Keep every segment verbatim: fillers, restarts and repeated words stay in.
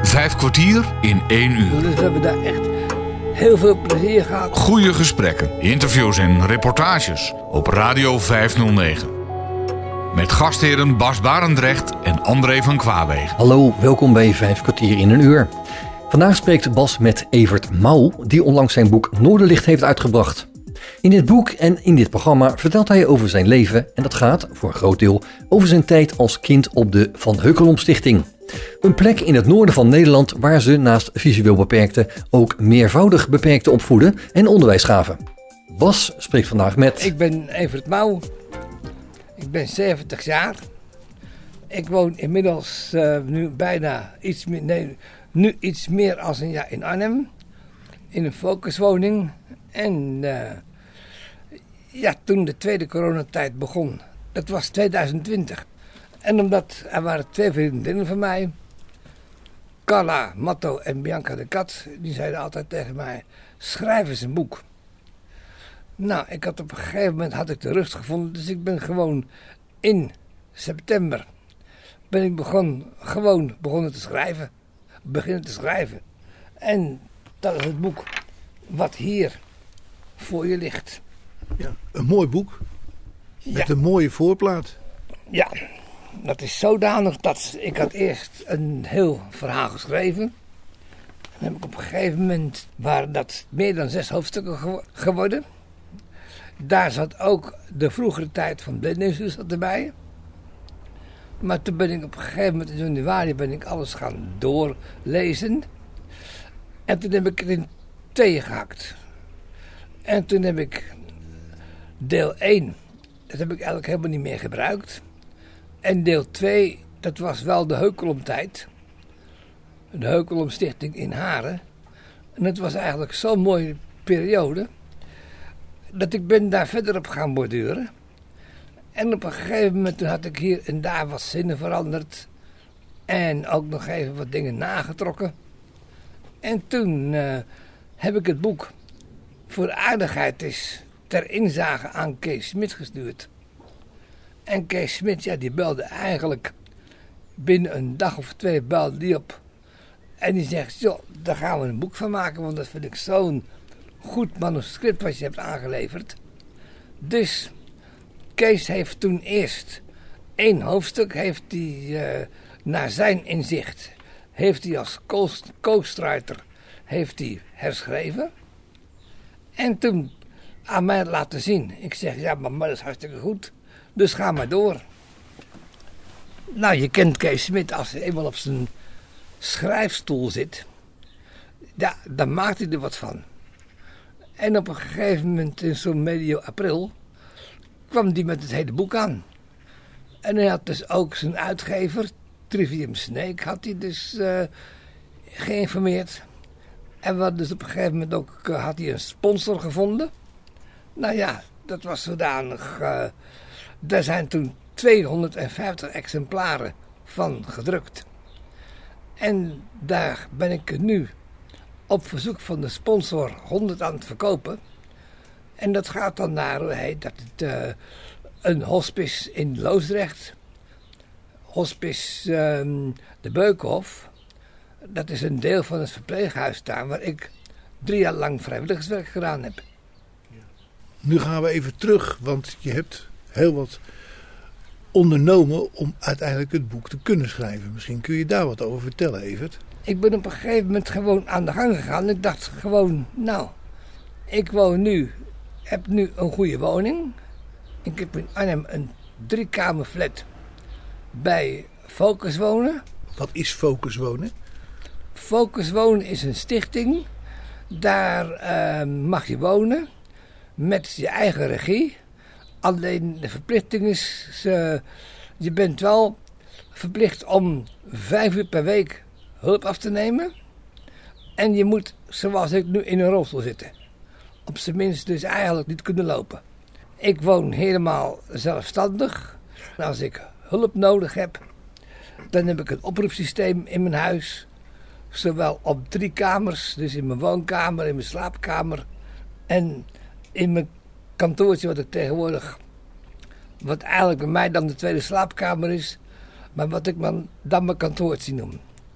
Vijf kwartier in één uur. Dus we hebben daar echt heel veel plezier gehad. Goede gesprekken, interviews en reportages op Radio vijfhonderdnegen. Met gastheren Bas Barendrecht en André van Kwaabegen. Hallo, welkom bij Vijf kwartier in een uur. Vandaag spreekt Bas met Evert Mouw, die onlangs zijn boek Noorderlicht heeft uitgebracht. In dit boek en in dit programma vertelt hij over zijn leven en dat gaat, voor een groot deel, over zijn tijd als kind op de Van Heukelom Stichting. Een plek in het noorden van Nederland waar ze naast visueel beperkten ook meervoudig beperkten opvoeden en onderwijs gaven. Bas spreekt vandaag met... Ik ben Evert Mouw. Ik ben zeventig jaar. Ik woon inmiddels uh, nu bijna iets meer, nee, nu iets meer dan een jaar in Arnhem. In een focuswoning. En uh, ja, toen de tweede coronatijd begon, dat was tweeduizend twintig. En omdat er waren twee vriendinnen van mij, Carla Matto en Bianca de Kat, die zeiden altijd tegen mij, schrijf eens een boek. Nou, ik had op een gegeven moment had ik de rust gevonden, dus ik ben gewoon in september ben ik begon, gewoon begonnen te schrijven, beginnen te schrijven. En dat is het boek wat hier voor je ligt. Ja, een mooi boek met ja. een mooie voorplaat. Ja, dat is zodanig dat ik had eerst een heel verhaal geschreven. En heb ik op een gegeven moment waren dat meer dan zes hoofdstukken ge- geworden. Daar zat ook de vroegere tijd van Blindenhuis erbij. Maar toen ben ik op een gegeven moment in januari ben ik alles gaan doorlezen. En toen heb ik het in tweeën gehakt. En toen heb ik deel één, dat heb ik eigenlijk helemaal niet meer gebruikt. En deel twee, dat was wel de Heukelom-tijd. De Heukelom Stichting in Haren. En het was eigenlijk zo'n mooie periode, dat ik ben daar verder op gaan borduren. En op een gegeven moment toen had ik hier en daar wat zinnen veranderd. En ook nog even wat dingen nagetrokken. En toen uh, heb ik het boek voor de aardigheid is ter inzage aan Kees Smit gestuurd. En Kees Smit, ja, die belde eigenlijk binnen een dag of twee belde die op. En die zegt, joh, daar gaan we een boek van maken, want dat vind ik zo'n goed manuscript wat je hebt aangeleverd. Dus Kees heeft toen eerst één hoofdstuk, heeft hij uh, naar zijn inzicht, heeft hij als ghostwriter, heeft hij herschreven. En toen aan mij laten zien. Ik zeg, ja, maar dat is hartstikke goed. Dus ga maar door. Nou, je kent Kees Smit, als hij eenmaal op zijn schrijfstoel zit, ja, dan maakt hij er wat van. En op een gegeven moment, in zo'n medio april, kwam hij met het hele boek aan. En hij had dus ook zijn uitgever, Trivium Snake, had hij dus uh, geïnformeerd. En wat dus op een gegeven moment ook uh, had hij een sponsor gevonden. Nou ja, dat was zodanig. Uh, daar zijn toen tweehonderdvijftig exemplaren van gedrukt. En daar ben ik nu op verzoek van de sponsor honderd aan het verkopen. En dat gaat dan naar, hoe heet dat, het, uh, een hospice in Loosdrecht. Hospice uh, de Beukenhof. Dat is een deel van het verpleeghuis daar waar ik drie jaar lang vrijwilligerswerk gedaan heb. Nu gaan we even terug, want je hebt heel wat ondernomen om uiteindelijk het boek te kunnen schrijven. Misschien kun je daar wat over vertellen, Evert. Ik ben op een gegeven moment gewoon aan de gang gegaan. Ik dacht gewoon, nou, ik woon nu, heb nu een goede woning. Ik heb in Arnhem een driekamerflat bij Focus Wonen. Wat is Focus Wonen? Focus Wonen is een stichting. Daar uh, mag je wonen met je eigen regie. Alleen de verplichting is, uh, je bent wel verplicht om vijf uur per week hulp af te nemen. En je moet, zoals ik nu, in een rolstoel zitten. Op zijn minst dus eigenlijk niet kunnen lopen. Ik woon helemaal zelfstandig. Als ik hulp nodig heb, dan heb ik een oproepsysteem in mijn huis. Zowel op drie kamers, dus in mijn woonkamer, in mijn slaapkamer en in mijn kantoortje wat ik tegenwoordig, wat eigenlijk bij mij dan de tweede slaapkamer is, maar wat ik dan mijn kantoortje noem.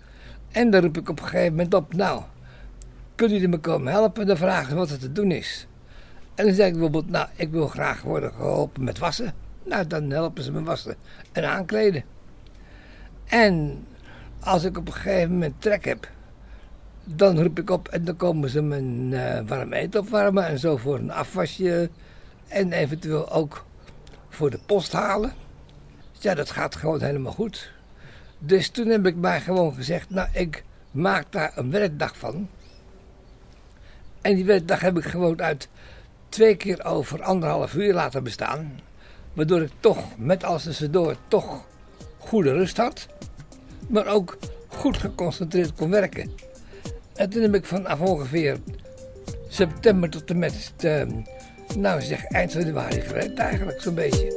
En dan roep ik op een gegeven moment op, nou, kunnen jullie me komen helpen? Dan vragen ze wat er te doen is. En dan zeg ik bijvoorbeeld, nou, ik wil graag worden geholpen met wassen. Nou, dan helpen ze me wassen en aankleden. En als ik op een gegeven moment trek heb, dan roep ik op en dan komen ze mijn uh, warm eten opwarmen en zo voor een afwasje. En eventueel ook voor de post halen. Ja, dat gaat gewoon helemaal goed. Dus toen heb ik mij gewoon gezegd, nou, ik maak daar een werkdag van. En die werkdag heb ik gewoon uit twee keer over anderhalf uur laten bestaan. Waardoor ik toch met alles tussendoor toch goede rust had. Maar ook goed geconcentreerd kon werken. En toen heb ik vanaf ongeveer september tot en met, uh, nou zeg, eind januari gewerkt eigenlijk zo'n beetje.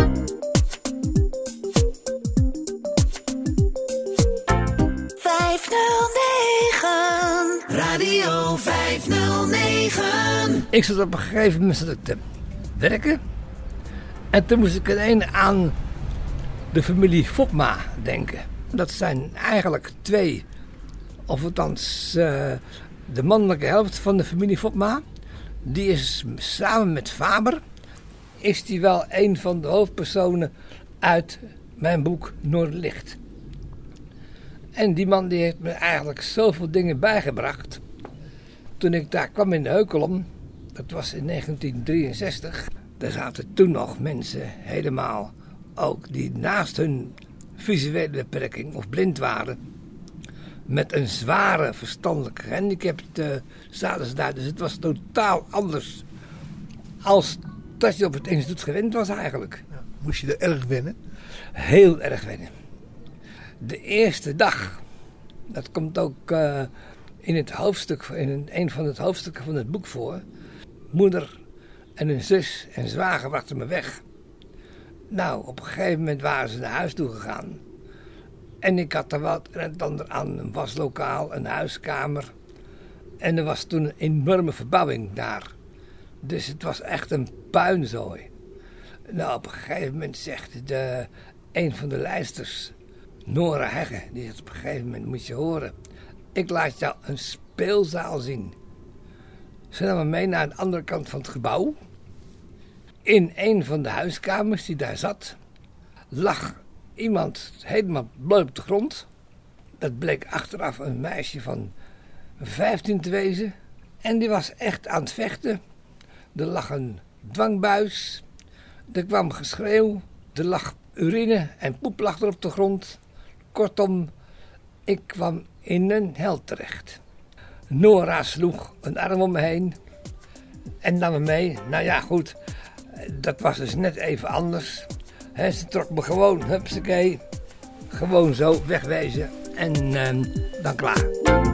vijfhonderdnegen Radio vijfhonderdnegen. Ik zat op een gegeven moment zat ik te werken. En toen moest ik ineens aan de familie Fopma denken. Dat zijn eigenlijk twee, of althans uh, de mannelijke helft van de familie Fopma. Die is samen met Faber, is die wel een van de hoofdpersonen uit mijn boek Noorderlicht. En die man die heeft me eigenlijk zoveel dingen bijgebracht. Toen ik daar kwam in de Heukelom, dat was in negentien drieënzestig... daar zaten toen nog mensen helemaal ook die naast hun visuele beperking of blind waren, met een zware verstandelijke gehandicapt uh, zaten ze daar. Dus het was totaal anders als dat je op het instituut gewend was eigenlijk. Ja, moest je er erg wennen? Heel erg wennen. De eerste dag, dat komt ook uh, in het hoofdstuk, in een van het hoofdstukken van het boek voor. Moeder en een zus en zwager brachten me weg. Nou, op een gegeven moment waren ze naar huis toe gegaan. En ik had er wat en het ander aan, een waslokaal, een huiskamer. En er was toen een enorme verbouwing daar. Dus het was echt een puinzooi. Nou, op een gegeven moment zegt de, een van de lijsters, Nora Hegge, die zegt op een gegeven moment, moet je horen, ik laat jou een speelzaal zien. Ze namen me mee naar de andere kant van het gebouw. In een van de huiskamers die daar zat, lag iemand helemaal bloot op de grond. Dat bleek achteraf een meisje van vijftien te wezen. En die was echt aan het vechten. Er lag een dwangbuis. Er kwam geschreeuw. Er lag urine en poep lag er op de grond. Kortom, ik kwam in een hel terecht. Nora sloeg een arm om me heen en nam me mee. Nou ja, goed, dat was dus net even anders. He, ze trok me gewoon, hupsakee, gewoon zo wegwezen en uh, dan klaar.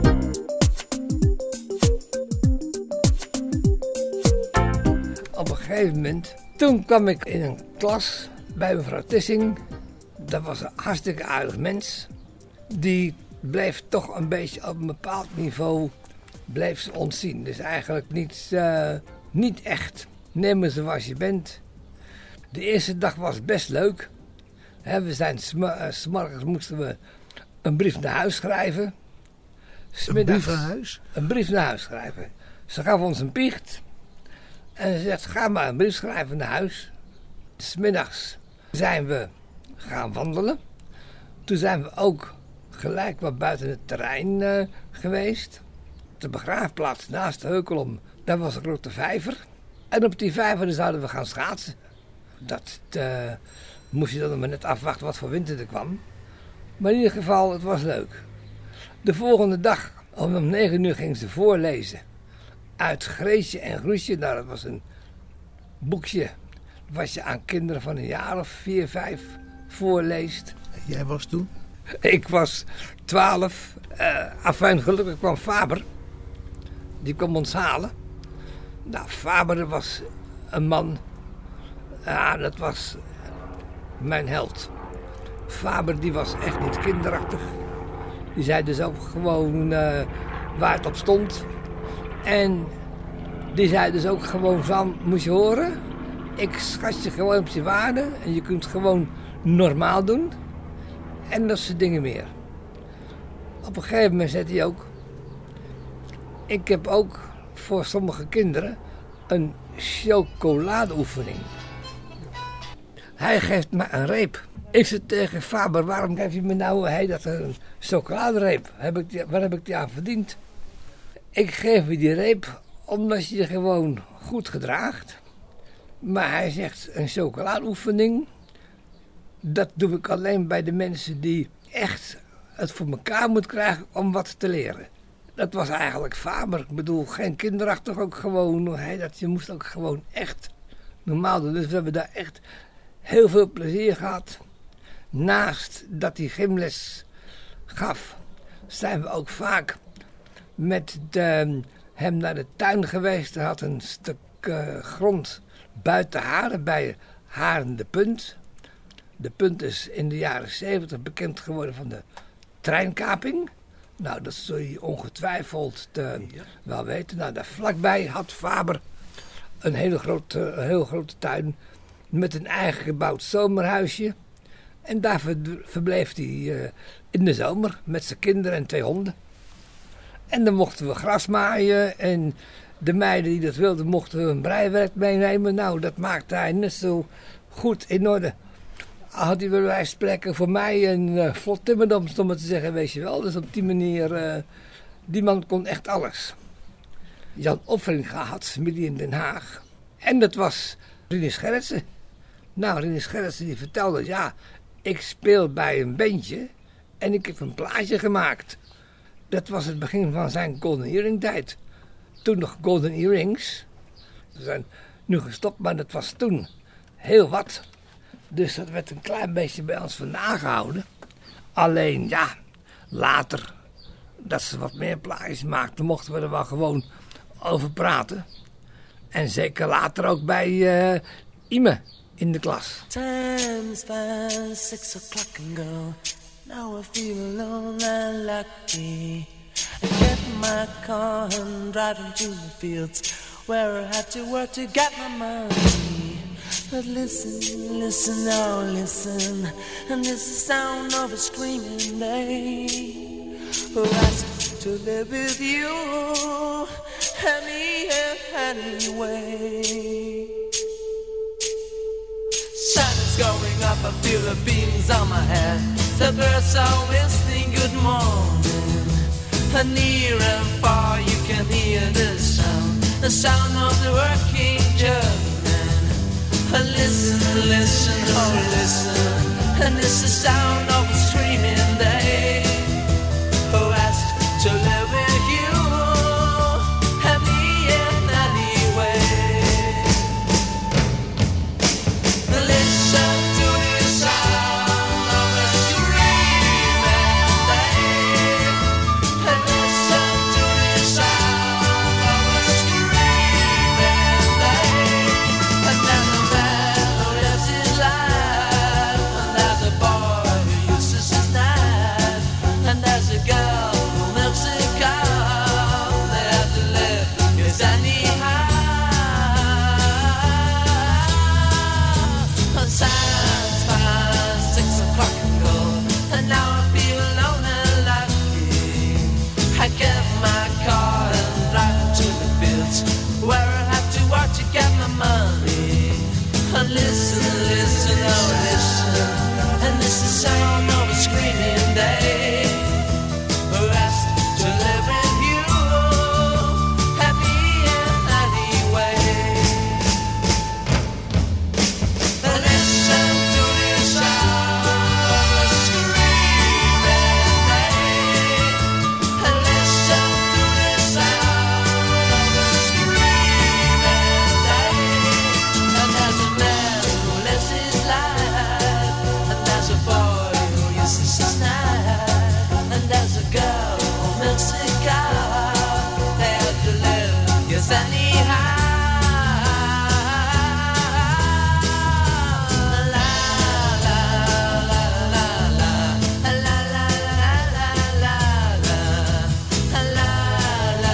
Op een gegeven moment, toen kwam ik in een klas bij mevrouw Tissing. Dat was een hartstikke aardig mens. Die bleef toch een beetje op een bepaald niveau, bleef ze ontzien. Dus eigenlijk niet, uh, niet echt. Neem me zoals je bent. De eerste dag was best leuk. He, we zijn sm- uh, 's morgens moesten we een brief naar huis schrijven. 's Een middags, brief naar huis? Een brief naar huis schrijven. Ze gaf ons een biecht. En ze zegt, ga maar een brief schrijven naar huis. 's middags zijn we gaan wandelen. Toen zijn we ook gelijk wat buiten het terrein uh, geweest. De begraafplaats naast de Heukelom, daar was een grote vijver. En op die vijver zouden we gaan schaatsen. Dat uh, moest je dan maar net afwachten wat voor winter er kwam. Maar in ieder geval, het was leuk. De volgende dag, om negen uur ging ze voorlezen. Uit Greesje en Groesje, nou dat was een boekje wat je aan kinderen van een jaar of vier, vijf voorleest. Jij was toen? Ik was twaalf. Uh, afijn, gelukkig kwam Faber. Die kwam ons halen. Nou, Faber was een man. Ja, dat was mijn held. Faber die was echt niet kinderachtig. Die zei dus ook gewoon uh, waar het op stond. En die zei dus ook gewoon van, moet je horen, ik schat je gewoon op je waarde en je kunt gewoon normaal doen. En dat soort dingen meer. Op een gegeven moment zei hij ook... Ik heb ook voor sommige kinderen een chocoladeoefening. Hij geeft me een reep. Ik zei tegen Faber, waarom geef je me nou hij dat een chocoladereep? Heb ik die, waar heb ik die aan verdiend? Ik geef je die reep omdat je je gewoon goed gedraagt. Maar hij zegt, een chocoladeoefening, dat doe ik alleen bij de mensen die echt het voor elkaar moeten krijgen om wat te leren. Dat was eigenlijk Faber. Ik bedoel, geen kinderachtig, ook gewoon. Hij, dat, je moest ook gewoon echt normaal doen. Dus we hebben daar echt heel veel plezier gehad. Naast dat hij gymles gaf, zijn we ook vaak met de, hem naar de tuin geweest. Hij had een stuk uh, grond buiten Haren, bij Haren de Punt. De Punt is in de jaren zeventig bekend geworden van de treinkaping. Nou, dat zul je ongetwijfeld uh, wel weten. Nou, daar vlakbij had Faber een hele grote, een heel grote tuin met een eigen gebouwd zomerhuisje. En daar verbleef hij uh, in de zomer met zijn kinderen en twee honden. En dan mochten we gras maaien en de meiden die dat wilden mochten we een breiwerk meenemen. Nou, dat maakte hij net zo goed in orde. Had hij bij wijze van spreken voor mij een uh, vlot timmerdomst om het te zeggen, weet je wel. Dus op die manier, uh, die man kon echt alles. Jan Offeringa had familie in Den Haag. En dat was Rinus Gerritsen. Nou, Rinus Gerritsen die vertelde, ja, ik speel bij een bandje en ik heb een plaatje gemaakt. Dat was het begin van zijn Golden Earring tijd. Toen nog Golden Earrings. Ze zijn nu gestopt, maar dat was toen heel wat. Dus dat werd een klein beetje bij ons vandaan gehouden. Alleen, ja, later, dat ze wat meer plaatjes maakten, mochten we er wel gewoon over praten. En zeker later ook bij uh, Ime in de klas. Time's fine, six o'clock and go. Now I feel alone and lucky. I get my car and drive into the fields where I had to work to get my money. But listen, listen, now listen, and this is the sound of a screaming day who asks to live with you any anyway. Sun is going up, I feel the beams on my head. The birds are whistling good morning, and near and far you can hear the sound, the sound of the working German. Listen, listen, oh listen, and it's the sound of a screaming day who asks to live with you and me in any way. Listen to the sound of a screaming day, and listen to the sound of a screaming day, and then listen, listen, oh listen, and this is the sound of a screaming day who asked to live with you, happy in any way. Listen to the sound of a screaming day, listen to the sound of a screaming day, and there's a man who lives his life, and there's a boy who uses his knife, and there's a girl who milks a cow. They have to live, yes, anyhow. La la la la la, la la la la la, la la la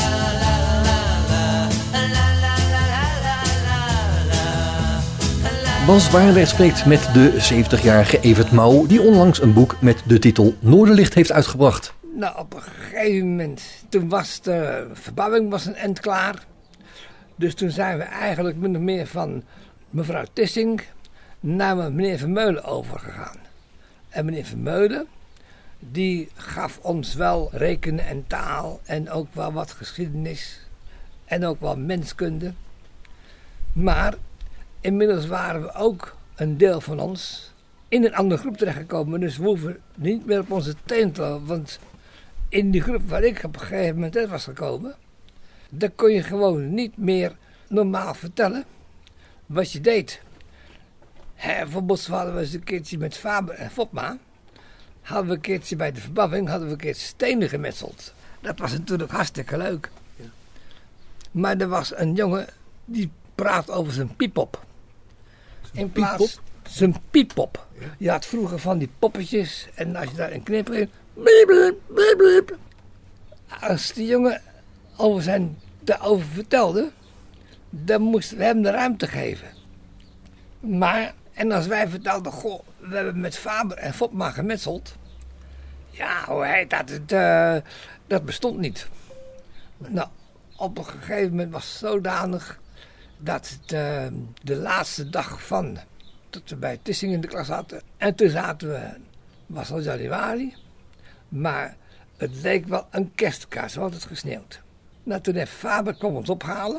la la. Bas Barendrecht spreekt met de zeventigjarige Evert Mouw, die onlangs een boek met de titel Noorderlicht heeft uitgebracht. Nou, op een gegeven moment, toen was de verbouwing was een eind klaar. Dus toen zijn we eigenlijk min of meer van mevrouw Tissing naar meneer Vermeulen overgegaan. En meneer Vermeulen, die gaf ons wel rekenen en taal en ook wel wat geschiedenis en ook wel menskunde. Maar inmiddels waren we ook een deel van ons in een andere groep terechtgekomen. Dus we hoeven niet meer op onze tenen te lopen. Want in die groep waar ik op een gegeven moment uit was gekomen, daar kon je gewoon niet meer normaal vertellen wat je deed. Hè, bijvoorbeeld hadden we eens een keertje met Faber en Fopma, hadden we een keertje bij de verbouwing, hadden we een keertje stenen gemetseld. Dat was natuurlijk hartstikke leuk. Ja. Maar er was een jongen die praat over zijn piepop. In plaats piepop? Zijn piepop. Ja. Je had vroeger van die poppetjes en als je daar een knip in, bliep, bliep, bliep, bliep. Als die jongen over zijn daarover vertelde, dan moesten we hem de ruimte geven. Maar, en als wij vertelden, goh, we hebben met Faber en Fopma gemetseld. Ja, hoe heet dat? Het, uh, dat bestond niet. Nou, op een gegeven moment was het zodanig dat het uh, de laatste dag van, dat we bij Tissing in de klas zaten. En toen zaten we, was al januari, maar het leek wel een kerstkaars, want het had gesneeuwd. Nou, toen heeft Faber kwam ons ophalen.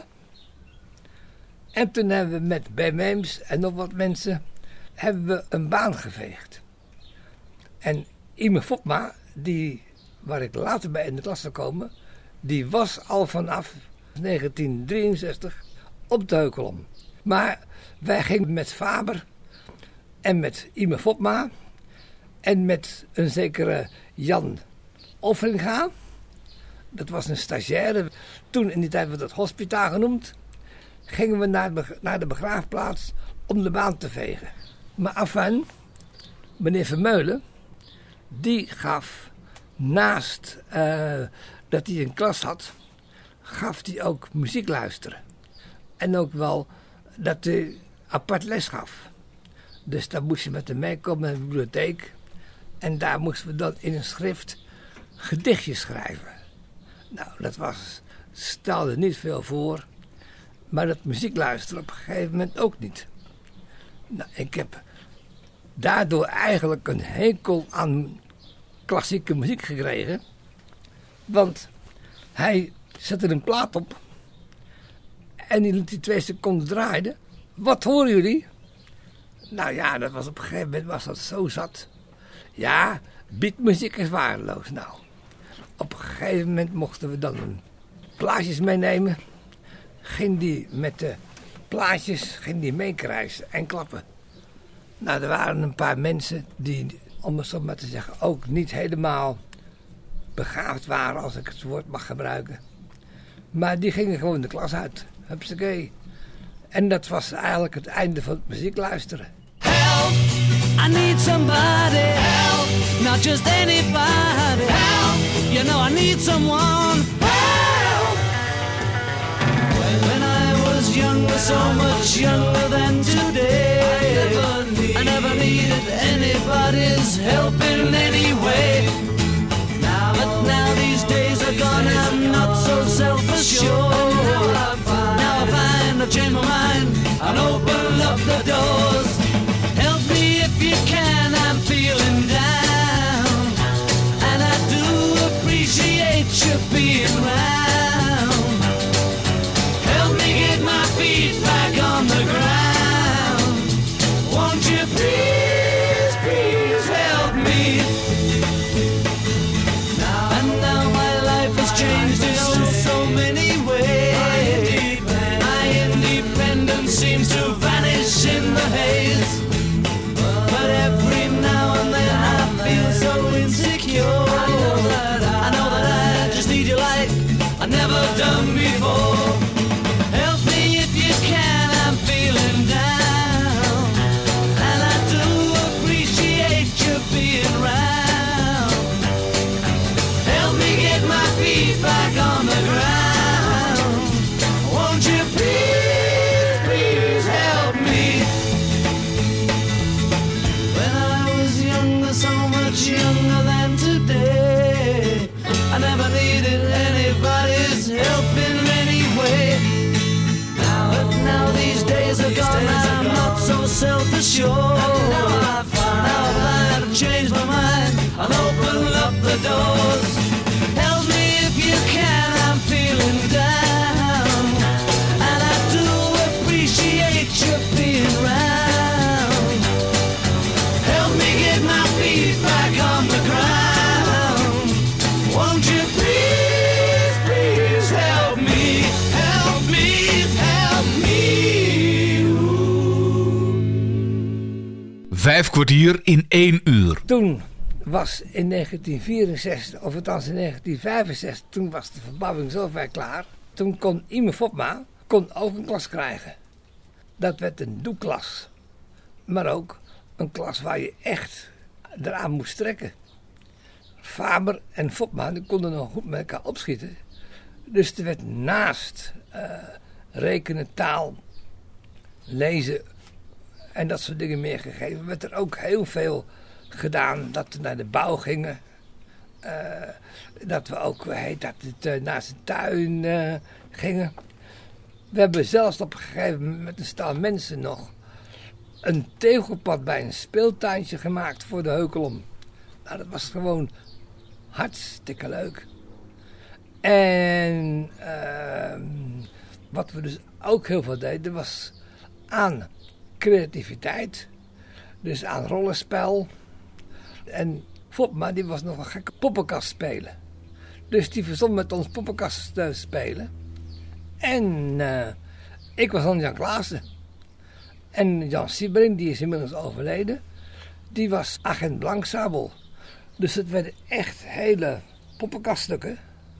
En toen hebben we met B. Meems en nog wat mensen hebben we een baan geveegd. En Ime Fopma, die, waar ik later bij in de klas zou komen, die was al vanaf negentien drieënzestig op de Heukelom. Maar wij gingen met Faber en met Ime Fopma en met een zekere Jan Offeringa. Dat was een stagiaire. Toen in die tijd werd het hospitaal genoemd. Gingen we naar, naar de begraafplaats om de baan te vegen. Maar afijn, meneer Vermeulen, die gaf naast uh, dat hij een klas had, gaf hij ook muziek luisteren. En ook wel dat hij apart les gaf. Dus daar moest je met hem meekomen naar de bibliotheek. En daar moesten we dan in een schrift gedichtjes schrijven. Nou, dat was, stelde niet veel voor. Maar dat muziek luisteren op een gegeven moment ook niet. Nou, ik heb daardoor eigenlijk een hekel aan klassieke muziek gekregen. Want hij zette een plaat op. En die liet die twee seconden draaien. Wat horen jullie? Nou ja, dat was op een gegeven moment was dat zo zat. Ja, beatmuziek is waardeloos. Nou, op een gegeven moment mochten we dan een plaatjes meenemen. Ging die met de plaatjes ging die meekruisen en klappen. Nou, er waren een paar mensen die, om het zo maar te zeggen, ook niet helemaal begaafd waren, als ik het woord mag gebruiken. Maar die gingen gewoon de klas uit. Hupsakee. En dat was eigenlijk het einde van het muziek luisteren. Help! I need somebody. Help! Not just anybody. Help! You know I need someone. Help! When I was younger, so much younger than today, I never, need, I never needed anybody's help in any way. Now, but now these days are gone, I'm not so self-assured. Now I find, now I find I've changed my mind and opened up the doors. Help me if you can, I'm feeling down, and I do appreciate you being around. Help me get my feet back on the ground. Won't you please, please help me? Now, and now my life has changed in oh so many ways. My independence seems to vanish in the haze. But every now and then I feel so insecure. I know that I, I, know that I just need you like I've never done before. Help me if you can, I'm feeling down, and I do appreciate you being around. Help me get my feet back on the ground. Won't you please, please help me? When I was younger, so much younger than today, self-assured. And now I find, now I find I've changed my mind. I'll open up the doors. Help me if you can, I'm feeling down. And I do appreciate you being round. Help me get my feet back on the ground. Won't you please, please help me, help me, help me. Vijf kwartier in één uur. Toen was in negentien vierenzestig, of althans in negentien vijfenzestig, toen was de verbouwing zover klaar. Toen kon Ime Fopma kon ook een klas krijgen. Dat werd een doeklas. Maar ook een klas waar je echt eraan moest trekken. Faber en Fopma die konden nog goed met elkaar opschieten. Dus er werd naast uh, rekenen, taal, lezen en dat soort dingen meer gegeven. Werd er ook heel veel gedaan dat we naar de bouw gingen. Uh, dat we ook heet, dat het, uh, naar zijn tuin uh, gingen. We hebben zelfs op een gegeven moment met een stel mensen nog een tegelpad bij een speeltuintje gemaakt voor de Heukelom. Nou, dat was gewoon hartstikke leuk. En uh, wat we dus ook heel veel deden was aan creativiteit. Dus aan rollenspel. En Fopma die was nog een gekke poppenkast spelen. Dus die verzon met ons poppenkast te spelen. En uh, ik was dan Jan Klaassen. En Jan Siebering, die is inmiddels overleden, die was agent Blanksabel. Dus het werden echt hele poppenkaststukken.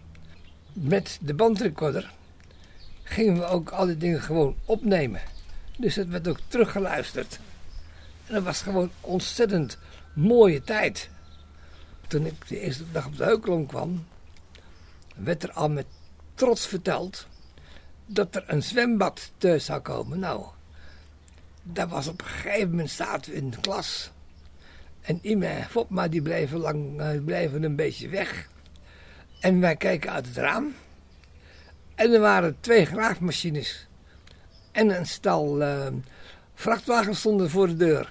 Met de bandrecorder gingen we ook al die dingen gewoon opnemen. Dus het werd ook teruggeluisterd. En dat was gewoon ontzettend mooie tijd. Toen ik de eerste dag op de Heukelom kwam, werd er al met trots verteld dat er een zwembad thuis zou komen. Nou, daar was op een gegeven moment zaten we in de klas. En Ime en Fopma die bleven, lang, uh, bleven een beetje weg. En wij keken uit het raam. En er waren twee graafmachines. En een stal uh, vrachtwagens stonden voor de deur.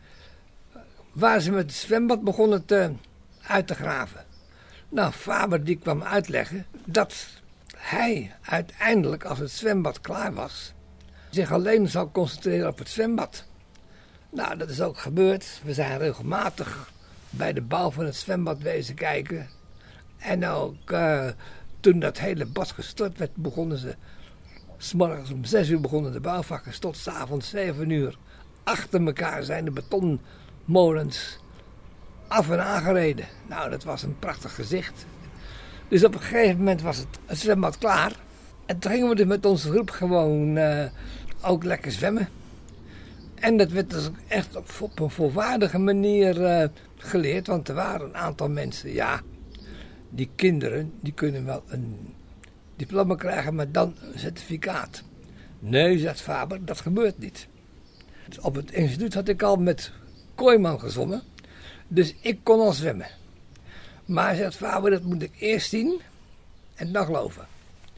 Waar ze met het zwembad begonnen te, uit te graven. Nou, Faber die kwam uitleggen dat hij uiteindelijk, als het zwembad klaar was, zich alleen zou concentreren op het zwembad. Nou, dat is ook gebeurd. We zijn regelmatig bij de bouw van het zwembad wezen kijken. En ook uh, toen dat hele bad gestort werd, begonnen ze 's morgens om zes uur begonnen de bouwvakkers tot 's avonds zeven uur. Achter elkaar zijn de betonmolens af en aangereden. Nou, dat was een prachtig gezicht. Dus op een gegeven moment was het, het zwembad klaar. En toen gingen we dus met onze groep gewoon uh, ook lekker zwemmen. En dat werd dus echt op, op een volwaardige manier uh, geleerd. Want er waren een aantal mensen, ja, die kinderen, die kunnen wel een diploma krijgen, maar dan een certificaat. Nee, zegt Faber, dat gebeurt niet. Dus op het instituut had ik al met Kooiman gezwommen. Dus ik kon al zwemmen. Maar zegt Faber, dat moet ik eerst zien en dan geloven.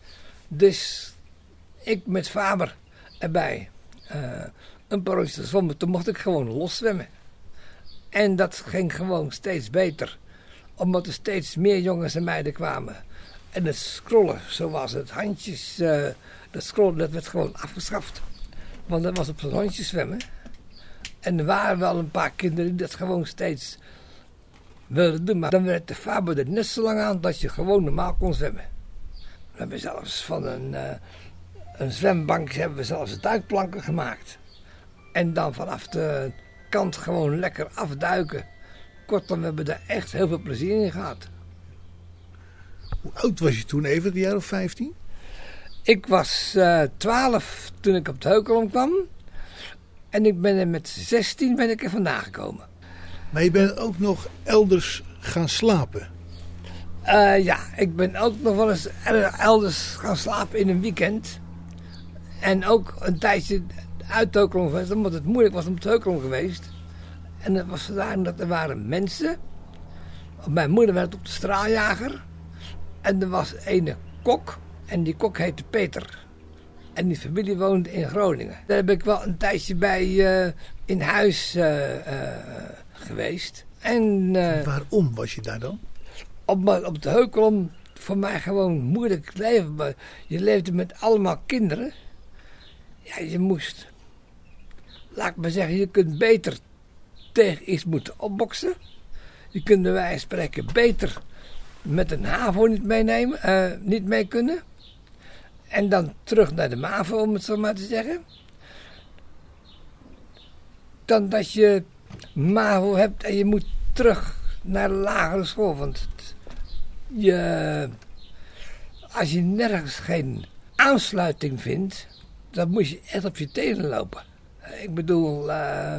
Dus ik met Faber erbij uh, een paar rondjes zwommen. Toen mocht ik gewoon los zwemmen. En dat ging gewoon steeds beter. Omdat er steeds meer jongens en meiden kwamen. En het scrollen, zoals het handjes, uh, dat scrollen, dat werd gewoon afgeschaft. Want dat was op zo'n handje zwemmen. En er waren wel een paar kinderen die dat gewoon steeds wilden doen. Maar dan werd de Faber er net zo lang aan dat je gewoon normaal kon zwemmen. We hebben zelfs van een, uh, een zwembank hebben we zelfs duikplanken gemaakt. En dan vanaf de kant gewoon lekker afduiken. Kortom, we hebben daar echt heel veel plezier in gehad. Hoe oud was je toen even, een jaar of vijftien? Ik was uh, twaalf toen ik op de Heukelom kwam. En ik ben er met zestien ben ik er vandaan gekomen. Maar je bent ook nog elders gaan slapen. Uh, ja, ik ben ook nog wel eens elders gaan slapen in een weekend. En ook een tijdje uit de Heukelom geweest, omdat het moeilijk was om te Heukelom geweest. En dat was vandaar dat er waren mensen. Mijn moeder werd op de straaljager. En er was een kok. En die kok heette Peter. En die familie woonde in Groningen. Daar heb ik wel een tijdje bij uh, in huis uh, uh, geweest. En, uh, Waarom was je daar dan? Op, op de Heukelom, voor mij gewoon moeilijk leven. Maar je leefde met allemaal kinderen. Ja, je moest, laat ik maar zeggen, je kunt beter tegen iets moeten opboksen. Je kunt bij wijze van spreken beter met een HAVO niet meenemen, uh, niet mee kunnen. En dan terug naar de MAVO, om het zo maar te zeggen. Dan dat je MAVO hebt en je moet terug naar de lagere school. Want je, als je nergens geen aansluiting vindt, dan moet je echt op je tenen lopen. Ik bedoel, uh,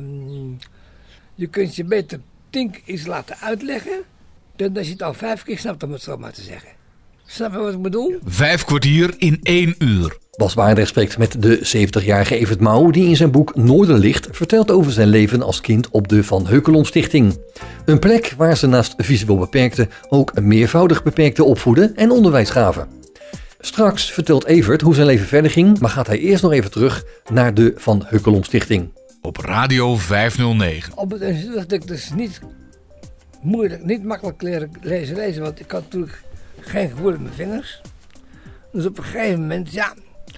je kunt je beter tien keer iets laten uitleggen, dan dat je het al vijf keer snapt, om het zo maar te zeggen. Snap je wat ik bedoel? Vijf kwartier in één uur. Bas Barendrecht spreekt met de zeventigjarige Evert Mouw, die in zijn boek Noorderlicht vertelt over zijn leven als kind op de Van Heukelom Stichting. Een plek waar ze naast visueel beperkten ook een meervoudig beperkte opvoeden en onderwijs gaven. Straks vertelt Evert hoe zijn leven verder ging, maar gaat hij eerst nog even terug naar de Van Heukelom Stichting. Op Radio vijfhonderdnegen. Op het instituut had ik dus niet moeilijk, niet makkelijk leren lezen, lezen, want ik had natuurlijk geen gevoel in mijn vingers. Dus op een gegeven moment, ja,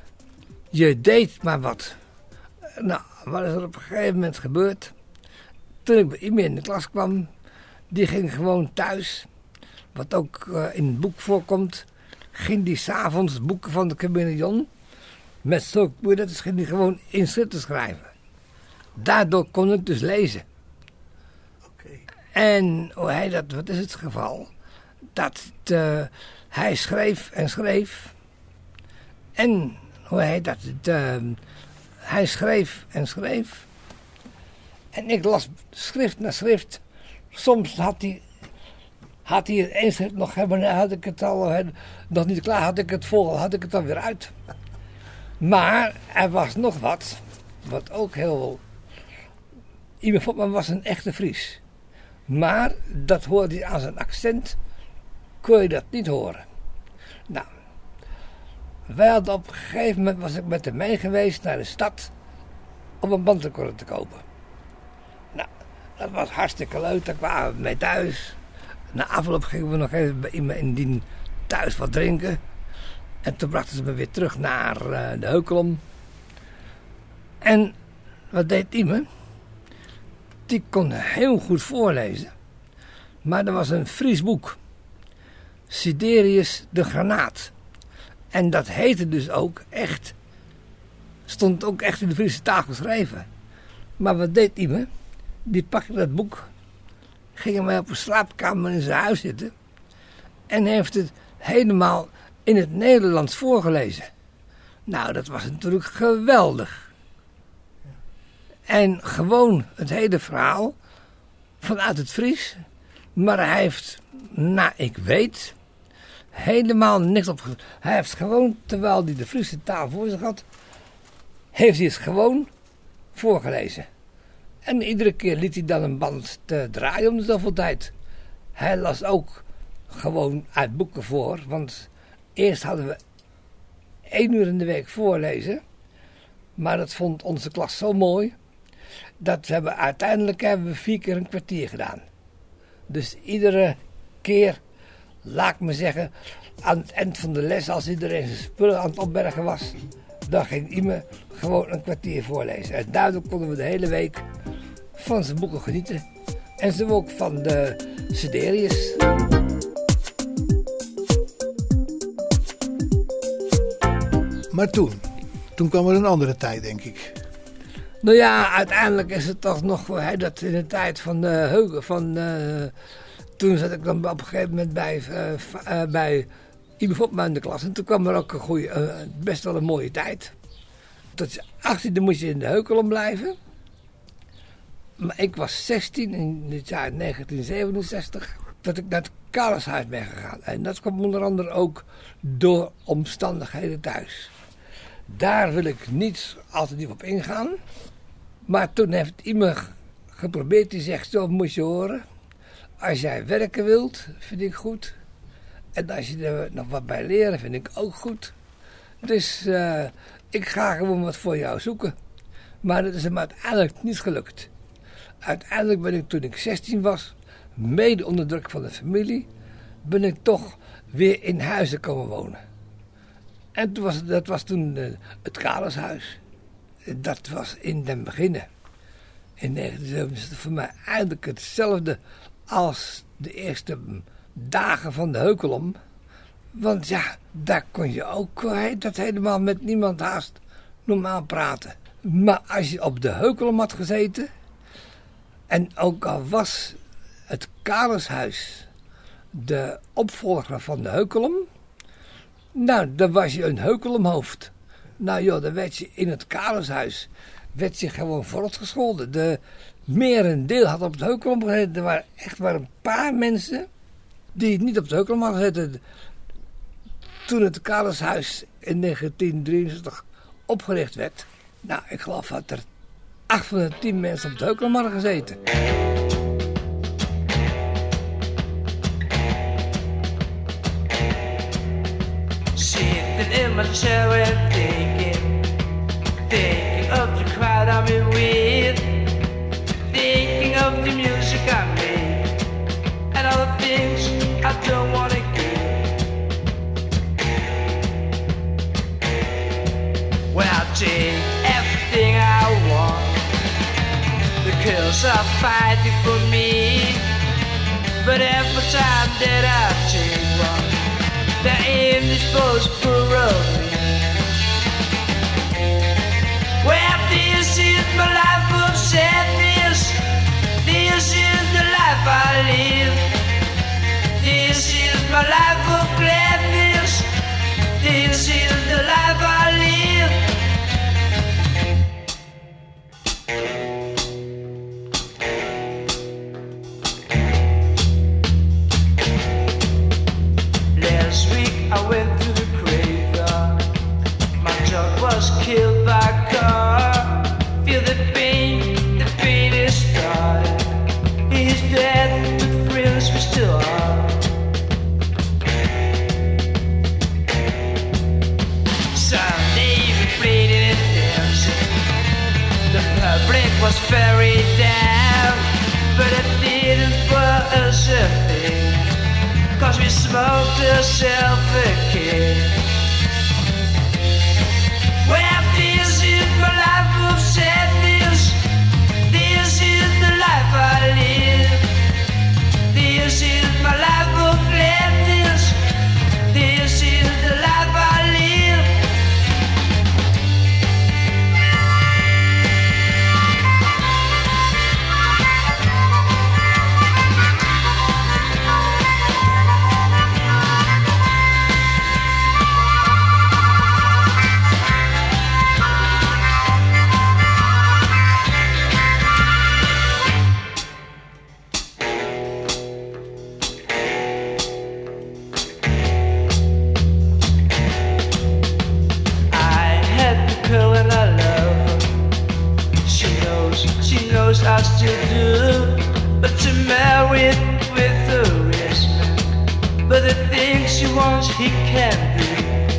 je deed maar wat. Nou, wat is er op een gegeven moment gebeurd? Toen ik bij iemand in de klas kwam, die ging gewoon thuis, wat ook uh, in het boek voorkomt, ging die 's avonds boeken van de chameleon met zulke moeilijkheden, ging die gewoon in schriften schrijven. Daardoor kon ik dus lezen. Okay. En hoe hij dat, wat is het geval? Dat uh, hij schreef en schreef. En hoe heet dat? Uh, hij schreef en schreef. En ik las schrift na schrift. Soms had hij, had hij het één schrift nog hebben, had ik het al had, nog niet klaar, had ik het vol, had ik het dan weer uit. Maar er was nog wat, wat ook heel. Iemand vond me was een echte Fries. Maar dat hoorde je aan zijn accent, kon je dat niet horen. Nou, wij hadden op een gegeven moment, was ik met hem mee geweest naar de stad om een bandrecorder te kopen. Nou, dat was hartstikke leuk, daar kwamen we mee thuis. Na afloop gingen we nog even bij iemand in die thuis wat drinken. En toen brachten ze me weer terug naar uh, de Heukelom. En wat deed iemand? Die kon heel goed voorlezen. Maar er was een Fries boek. Siderius de Granaat. En dat heette dus ook echt, stond ook echt in de Friese taal geschreven. Maar wat deed iemand? Die pakte dat boek, ging mij op een slaapkamer in zijn huis zitten en heeft het helemaal in het Nederlands voorgelezen. Nou, dat was natuurlijk geweldig. En gewoon het hele verhaal vanuit het Fries. Maar hij heeft, nou ik weet, helemaal niks opgeschreven. Hij heeft gewoon, terwijl hij de Friese taal voor zich had, heeft hij het gewoon voorgelezen. En iedere keer liet hij dan een band te draaien om de zoveel tijd. Hij las ook gewoon uit boeken voor. Want eerst hadden we één uur in de week voorlezen. Maar dat vond onze klas zo mooi. Dat we hebben, uiteindelijk hebben we vier keer een kwartier gedaan. Dus iedere keer, laat ik me zeggen, aan het eind van de les, als iedereen zijn spullen aan het opbergen was, dan ging iemand gewoon een kwartier voorlezen. En daardoor konden we de hele week van zijn boeken genieten. En zo ook van de Siderius. Maar toen, toen kwam er een andere tijd, denk ik. Nou ja, uiteindelijk is het toch nog hè, dat in de tijd van de Heugen, van uh, toen zat ik dan op een gegeven moment bij, uh, uh, bij Ibe Vopma in de klas. En toen kwam er ook een goeie, uh, best wel een mooie tijd. Tot je achttiende moest je in de Heukelom blijven. Maar ik was zestien in het jaar negentien zevenenzestig dat ik naar het Karelshuis ben gegaan. En dat kwam onder andere ook door omstandigheden thuis. Daar wil ik niet altijd niet op ingaan. Maar toen heeft iemand geprobeerd, die zegt, zo moet je horen. Als jij werken wilt, vind ik goed. En als je er nog wat bij leren, vind ik ook goed. Dus uh, ik ga gewoon wat voor jou zoeken. Maar dat is hem uiteindelijk niet gelukt. Uiteindelijk ben ik, toen ik zestien was, mede onder druk van de familie, ben ik toch weer in Huizen komen wonen. En toen was, dat was toen uh, het Karelshuis. Dat was in den beginnen. In negentien zevenenzeventig is het voor mij eigenlijk hetzelfde als de eerste dagen van de Heukelom. Want ja, daar kon je ook dat helemaal met niemand haast normaal praten. Maar als je op de Heukelom had gezeten, en ook al was het Karelshuis de opvolger van de Heukelom, nou, dan was je een Heukelomhoofd. Nou joh, dan werd je in het Karelshuis werd je gewoon voortgescholden. De merendeel had op het Heukelom gezeten. Er waren echt maar een paar mensen die niet op het Heukelom hadden gezeten. Toen het Karelshuis in negentien drieënzestig opgericht werd, nou, ik geloof dat er acht van de tien mensen op het Heukelom hadden gezeten. Sitting in my chair and thinking, thinking of the crowd I'm in with, thinking of the music I made, and all the things I don't wanna give. When I take everything I want, the girls are fighting for me, but every time that I take one, they're indisposable of me. Well, this is my life of sadness, this is the life I live, this is my life of gladness, this is the life I live. Last week I went to the graveyard, my dog was killed by a car. Feel the pain, the pain is started. He's dead, but friends we still are. Sunday we played in a dancing, the public was very down, but it didn't for us a thing, cause we smoked ourselves a kick. Well, this is my life of sadness, this is the life I live, this is my life of gladness, this is the life I live. I still do, but to marry with a risk. But the things she wants, he can't do.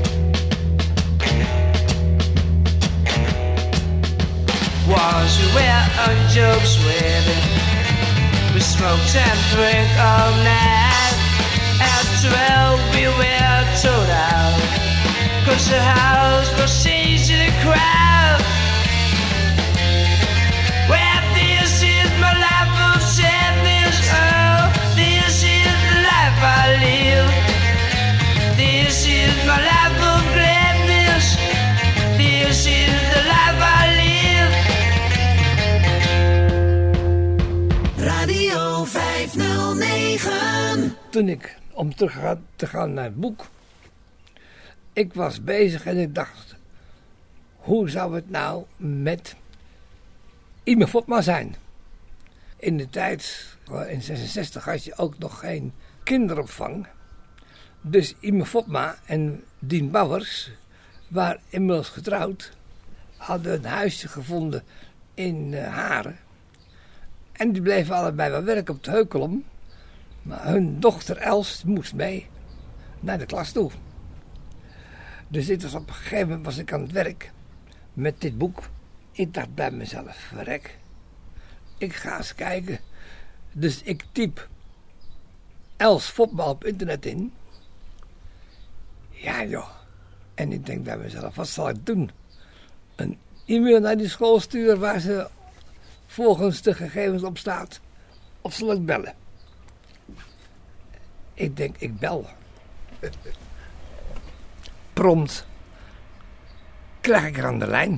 Once we were on Job's wedding, we smoked and drank all night. At twelve we were told out, cause the house was changing the crowd. Well, this is my life of sadness, oh, this is the life I live, this is my life of gladness, this is the life I live. Radio vijfhonderdnegen. Toen ik, om terug te gaan naar het boek, ik was bezig en ik dacht, hoe zou het nou met Ime Votma zijn? In de tijd, in zesenzestig, had je ook nog geen kinderopvang. Dus Ime Votma en Dien Bouwers waren inmiddels getrouwd, hadden een huisje gevonden in uh, Haren. En die bleven allebei wel werken op het Heukelom. Maar hun dochter Els moest mee naar de klas toe. Dus dit was op een gegeven moment was ik aan het werk met dit boek. Ik dacht bij mezelf, verrek, ik ga eens kijken. Dus ik typ Els Fopma op internet in. Ja joh. En ik denk bij mezelf, wat zal ik doen? Een e-mail naar die school sturen waar ze volgens de gegevens op staat. Of zal ik bellen? Ik denk, ik bel. Prompt krijg ik er aan de lijn.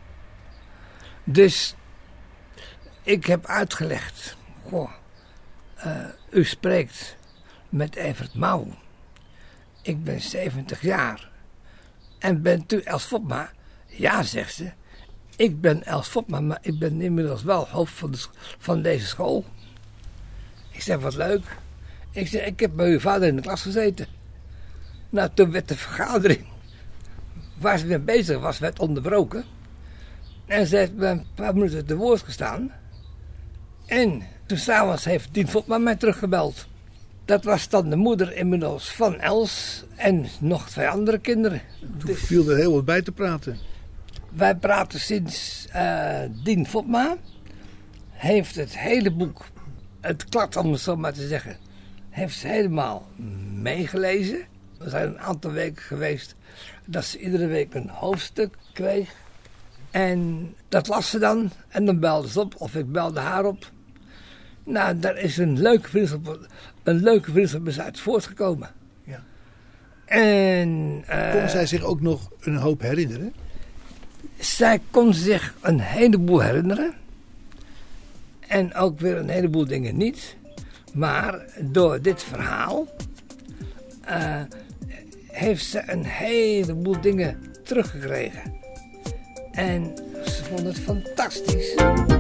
Dus ik heb uitgelegd. Goh, uh, u spreekt met Evert Mouw. Ik ben zeventig jaar. En bent u Els Fopma? Ja, zegt ze. Ik ben Els Fopma, maar ik ben inmiddels wel hoofd van, de, van deze school. Ik zeg, wat leuk. Ik zeg, ik heb bij uw vader in de klas gezeten. Nou, toen werd de vergadering waar ze mee bezig was, werd onderbroken. En ze heeft me een paar minuten te woord gestaan. En toen s'avonds heeft Dien Fopma mij teruggebeld. Dat was dan de moeder inmiddels van Els en nog twee andere kinderen. Toen Dus viel er heel wat bij te praten. wij praten sinds uh, Dien Fopma. Heeft het hele boek, het klad om het zo maar te zeggen, heeft ze helemaal meegelezen. Er zijn een aantal weken geweest dat ze iedere week een hoofdstuk kreeg. En dat las ze dan en dan belde ze op of ik belde haar op. Nou, daar is een leuke vriendschap, een leuke vriendschap is uit voortgekomen. Ja. En uh, Kon zij zich ook nog een hoop herinneren? zij kon zich een heleboel herinneren. En ook weer een heleboel dingen niet. Maar door dit verhaal uh, heeft ze een heleboel dingen teruggekregen. En ze vond het fantastisch.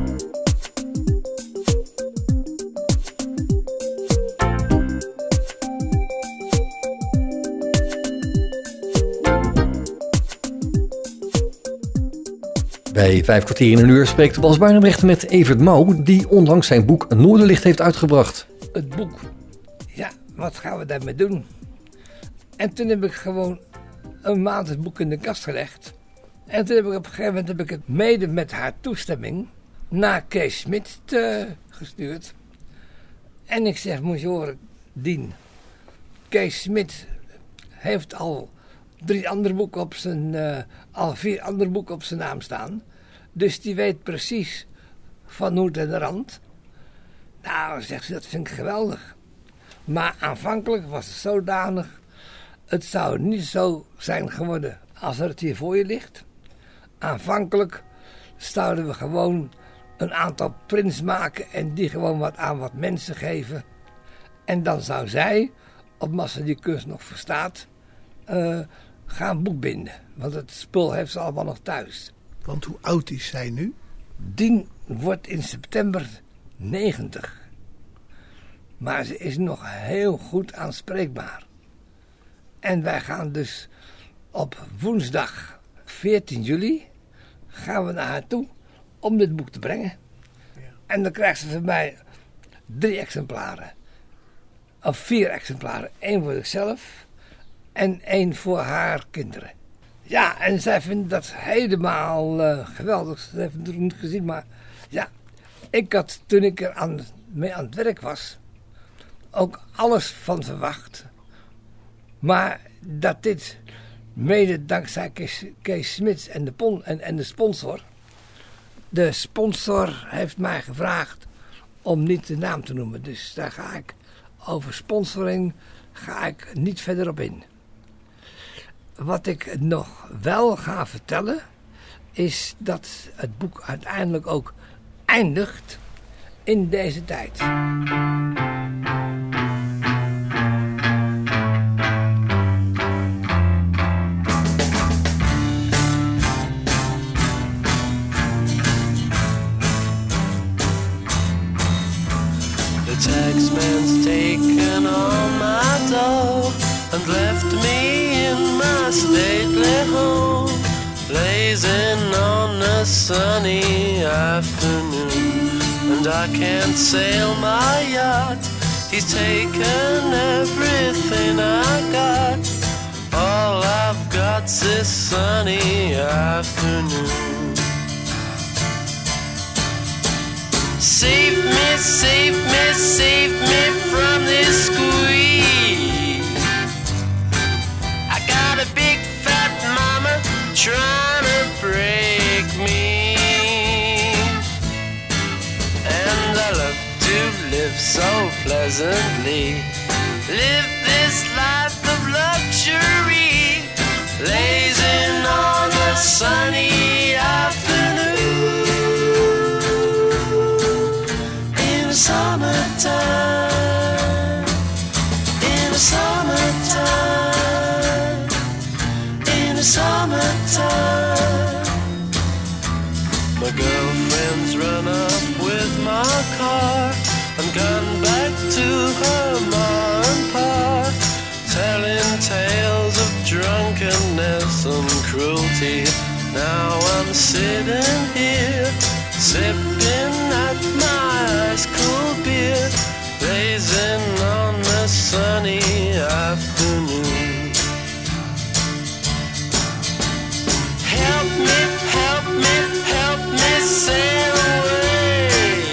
Bij Vijf kwartier in een uur spreekt Bas Barendrecht met Evert Mouw, die onlangs zijn boek Noorderlicht heeft uitgebracht. Het boek. Ja, wat gaan we daarmee doen? En toen heb ik gewoon een maand het boek in de kast gelegd. En toen heb ik op een gegeven moment heb ik het mede met haar toestemming naar Kees Smit uh, gestuurd. En ik zeg, moet je horen, Dien. Kees Smit heeft al drie andere boeken op zijn, uh, al vier andere boeken op zijn naam staan. Dus die weet precies van hoed en de rand. Nou, zegt ze, dat vind ik geweldig. Maar aanvankelijk was het zodanig, het zou niet zo zijn geworden als er het hier voor je ligt. Aanvankelijk zouden we gewoon een aantal prints maken en die gewoon wat aan wat mensen geven. En dan zou zij, op massa die kunst nog verstaat, uh, gaan boekbinden. Want het spul heeft ze allemaal nog thuis. Want hoe oud is zij nu? Dien wordt in september negentig. Maar ze is nog heel goed aanspreekbaar. En wij gaan dus op woensdag veertien juli gaan we naar haar toe om dit boek te brengen. Ja. En dan krijgt ze van mij drie exemplaren. Of vier exemplaren. Eén voor zichzelf en één voor haar kinderen. Ja, en zij vindt dat helemaal uh, geweldig. Ze heeft het nog niet gezien, maar ja, ik had toen ik er aan, mee aan het werk was, ook alles van verwacht. Maar dat dit mede dankzij Kees, Kees Smits en de, pon, en, en de sponsor. De sponsor heeft mij gevraagd om niet de naam te noemen. Dus daar ga ik over sponsoring ga ik niet verder op in. Wat ik nog wel ga vertellen is dat het boek uiteindelijk ook eindigt in deze tijd. The taxman's taken all my dough and left me in my stately home, blazing on a sunny afternoon. And I can't sail my yacht, he's taken everything I got. All I've got's this sunny afternoon. Save me, save me, save me from this squeeze. I got a big fat mama trying to break me, and I love to live so pleasantly. Live this life of luxury, lazing on a sunny afternoon. In the summertime, in the summertime, in the summertime. My girlfriend's run up with my car and gone back to her ma and pa, telling tales of drunkenness and cruelty. Now I'm sitting here, sipping at my ice cold beer, blazing on the sunny afternoon. Help me, help me, help me sail away.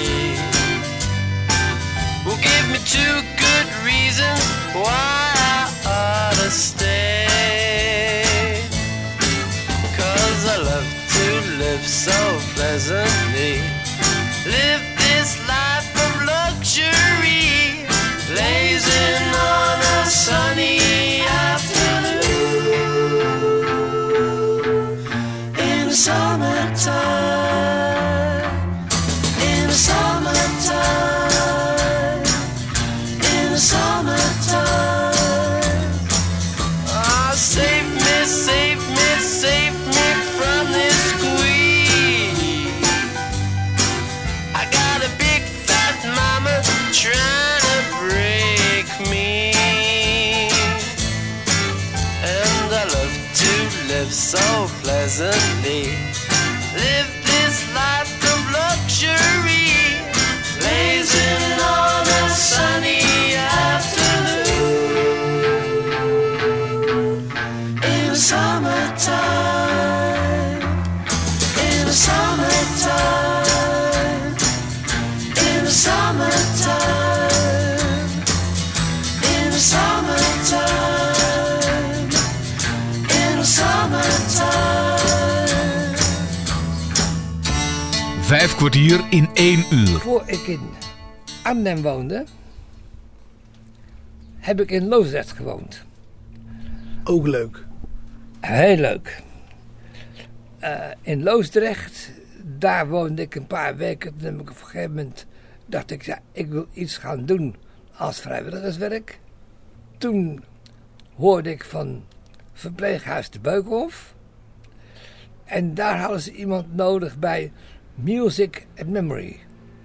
Well, give me two good reasons why I ought to stay. 'Cause I love to live so pleasantly, live this life of luxury, lazing on a sunny afternoon. In the summertime, in the summertime, in the summertime. Ah, save me, save me, save me from this squeeze. I got a big fat mama trying to break me, and I love to live so pleasantly, live this life of luxury, lazing on a sunny afternoon. In the summertime, in the summertime, in the summertime, in the summertime, in the summertime. Vijf kwartier in één uur. Voor ik in Arnhem woonde, heb ik in Loosdrecht gewoond. Ook leuk. Heel leuk. Eh, in Loosdrecht, daar woonde ik een paar weken. Toen heb ik op een gegeven moment dacht ik, ja, ik wil iets gaan doen als vrijwilligerswerk. Toen hoorde ik van verpleeghuis de Beukenhof. En daar hadden ze iemand nodig bij Music and Memory.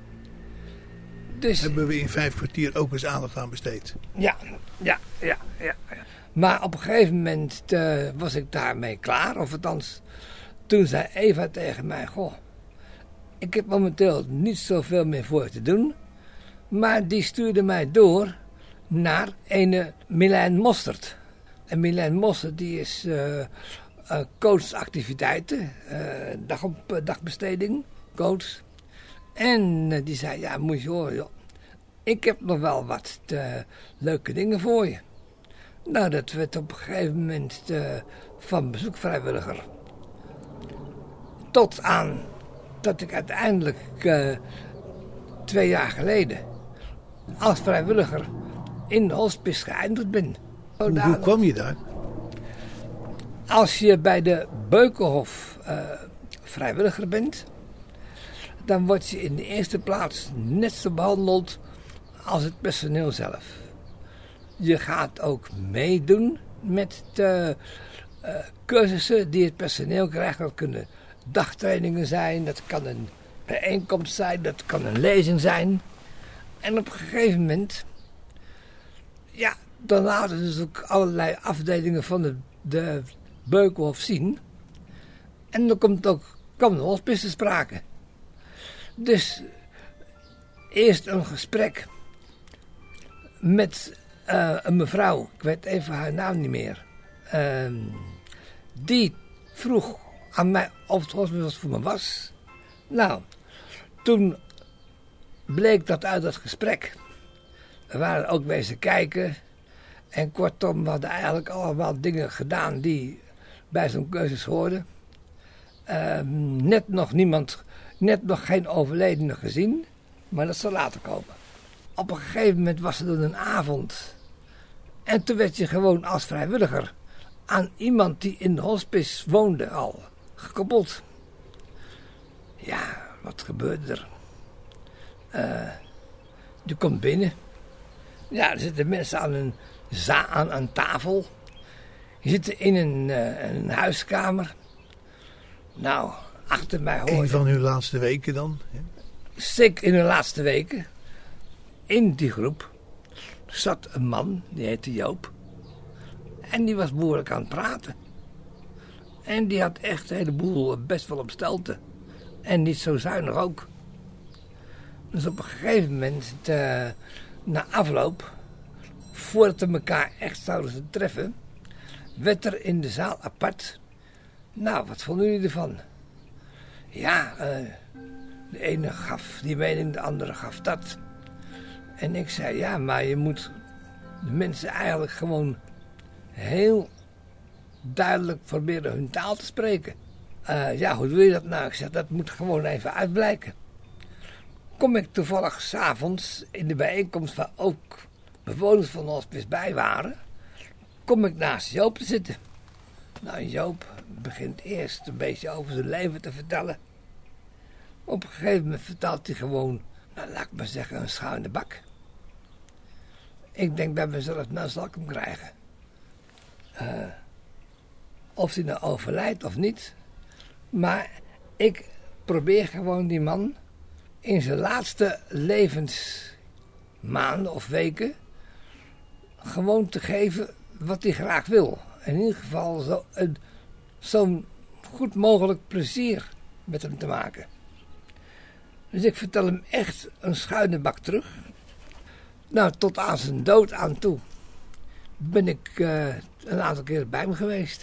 Dus Hebben we in vijf kwartier ook eens aandacht aan besteed. ja, ja, ja, ja. ja. Maar op een gegeven moment eh, was ik daarmee klaar. Of althans, toen zei Eva tegen mij, goh, ik heb momenteel niet zoveel meer voor te doen. Maar die stuurde mij door naar een Milijn Mostert. En Milijn Mostert die is uh, uh, coachactiviteiten, uh, dag op uh, dagbesteding, coach. En uh, die zei, ja, moet je horen, joh. Ik heb nog wel wat uh, leuke dingen voor je. Nou, dat werd op een gegeven moment uh, van bezoekvrijwilliger. Tot aan dat ik uiteindelijk uh, twee jaar geleden als vrijwilliger in de hospice geëindigd ben. Hoe, hoe kwam je daar? Als je bij de Beukenhof uh, vrijwilliger bent, dan word je in de eerste plaats net zo behandeld als het personeel zelf. Je gaat ook meedoen met de uh, cursussen die het personeel krijgt. Dat kunnen dagtrainingen zijn, dat kan een bijeenkomst zijn, dat kan een lezing zijn. En op een gegeven moment, ja, dan laten ze dus ook allerlei afdelingen van de, de Beukenhof zien. En dan komt ook komt de hospice te sprake. Dus eerst een gesprek met uh, een mevrouw, ik weet even haar naam niet meer. Uh, Die vroeg aan mij of het hospice wat voor me was. Nou, toen bleek dat uit het gesprek. We waren ook wezen kijken. En kortom, we hadden eigenlijk allemaal dingen gedaan die bij zo'n keuzes hoorden. Uh, net nog niemand, net nog geen overledene gezien. Maar dat zal later komen. Op een gegeven moment was er dan een avond. En toen werd je gewoon als vrijwilliger aan iemand die in de hospice woonde al gekoppeld. Ja, wat gebeurde er? Uh, je komt binnen. Ja, er zitten mensen aan een, za- aan een tafel. Je zit in een, uh, een huiskamer. Nou, achter mij hoor je... Een van uw laatste weken dan? Hè? Zeker in de laatste weken. In die groep zat een man, die heette Joop. En die was behoorlijk aan het praten. En die had echt een heleboel best wel op stelte. En niet zo zuinig ook. Dus op een gegeven moment, uh, na afloop, voordat we elkaar echt zouden treffen, werd er in de zaal apart. Nou, wat vonden jullie ervan? Ja, uh, de ene gaf die mening, de andere gaf dat. En ik zei, ja, maar je moet de mensen eigenlijk gewoon heel duidelijk proberen hun taal te spreken. Uh, ja, hoe doe je dat nou? Ik zeg, dat moet gewoon even uitblijken. Kom ik toevallig 's avonds in de bijeenkomst waar ook bewoners van de hospice bij waren, kom ik naast Joop te zitten. Nou, Joop begint eerst een beetje over zijn leven te vertellen. Op een gegeven moment vertelt hij gewoon, nou, laat ik maar zeggen, een schuine bak. Ik denk bij mezelf, nou zal ik hem krijgen. Uh, of hij nou overlijdt of niet. Maar ik probeer gewoon die man in zijn laatste levensmaanden of weken gewoon te geven wat hij graag wil. In ieder geval zo, een, zo'n goed mogelijk plezier met hem te maken. Dus ik vertel hem echt een schuine bak terug. Nou, tot aan zijn dood aan toe ben ik uh, een aantal keer bij hem geweest.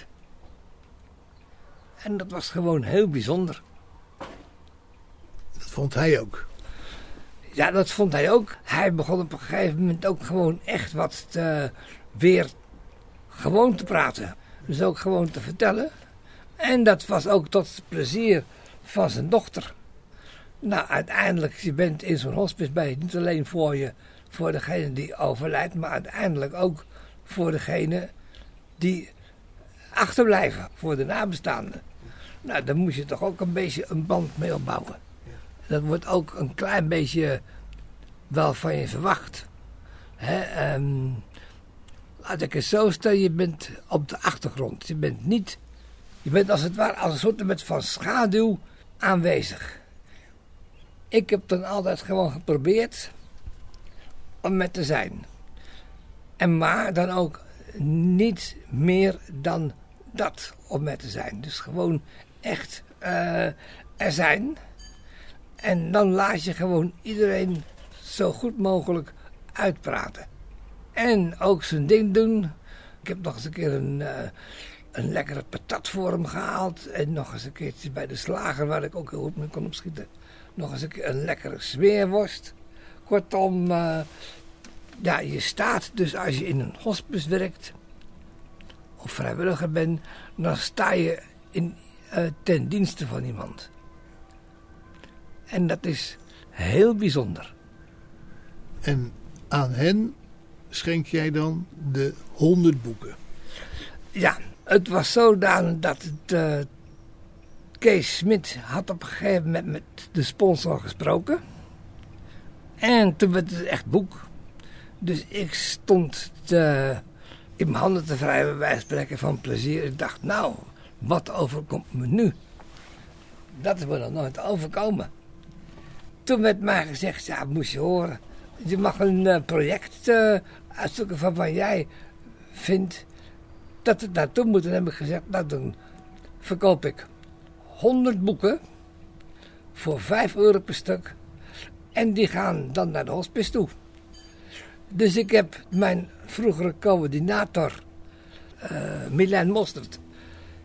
En dat was gewoon heel bijzonder. Dat vond hij ook. Ja, dat vond hij ook. Hij begon op een gegeven moment ook gewoon echt wat te, weer gewoon te praten. Dus ook gewoon te vertellen. En dat was ook tot het plezier van zijn dochter. Nou, uiteindelijk, je bent in zo'n hospice bij, niet alleen voor je, voor degene die overlijdt, maar uiteindelijk ook voor degene die achterblijven, voor de nabestaanden. Nou, daar moet je toch ook een beetje een band mee opbouwen. Dat wordt ook een klein beetje wel van je verwacht. Hè, um, laat ik het zo stellen, je bent op de achtergrond. Je bent niet, je bent als het ware als een soort met van schaduw aanwezig. Ik heb dan altijd gewoon geprobeerd om met te zijn. En maar dan ook niet meer dan dat om met te zijn. Dus gewoon echt uh, er zijn. En dan laat je gewoon iedereen zo goed mogelijk uitpraten. En ook zijn ding doen. Ik heb nog eens een keer een, uh, een lekkere patat voor hem gehaald. En nog eens een keertje bij de slager, waar ik ook heel goed mee kon opschieten, nog eens een keer een lekkere smeerworst. Kortom, uh, ja, je staat dus als je in een hospice werkt of vrijwilliger bent, dan sta je in, uh, ten dienste van iemand. En dat is heel bijzonder. En aan hen schenk jij dan de honderd boeken? Ja, het was zodanig dat het, uh, Kees Smit had op een gegeven moment met de sponsor gesproken. En toen werd het echt boek. Dus ik stond te, in mijn handen te wrijven, bij wijze van spreken, van plezier. Ik dacht, nou, wat overkomt me nu? Dat is me nog nooit overkomen. Toen werd mij gezegd, ja, moest je horen. Je mag een uh, project uh, uitzoeken van wat jij vindt dat het naartoe moet. En heb ik gezegd, nou dan verkoop ik honderd boeken voor vijf euro per stuk. En die gaan dan naar de hospice toe. Dus ik heb mijn vroegere coördinator, uh, Milène Mostert,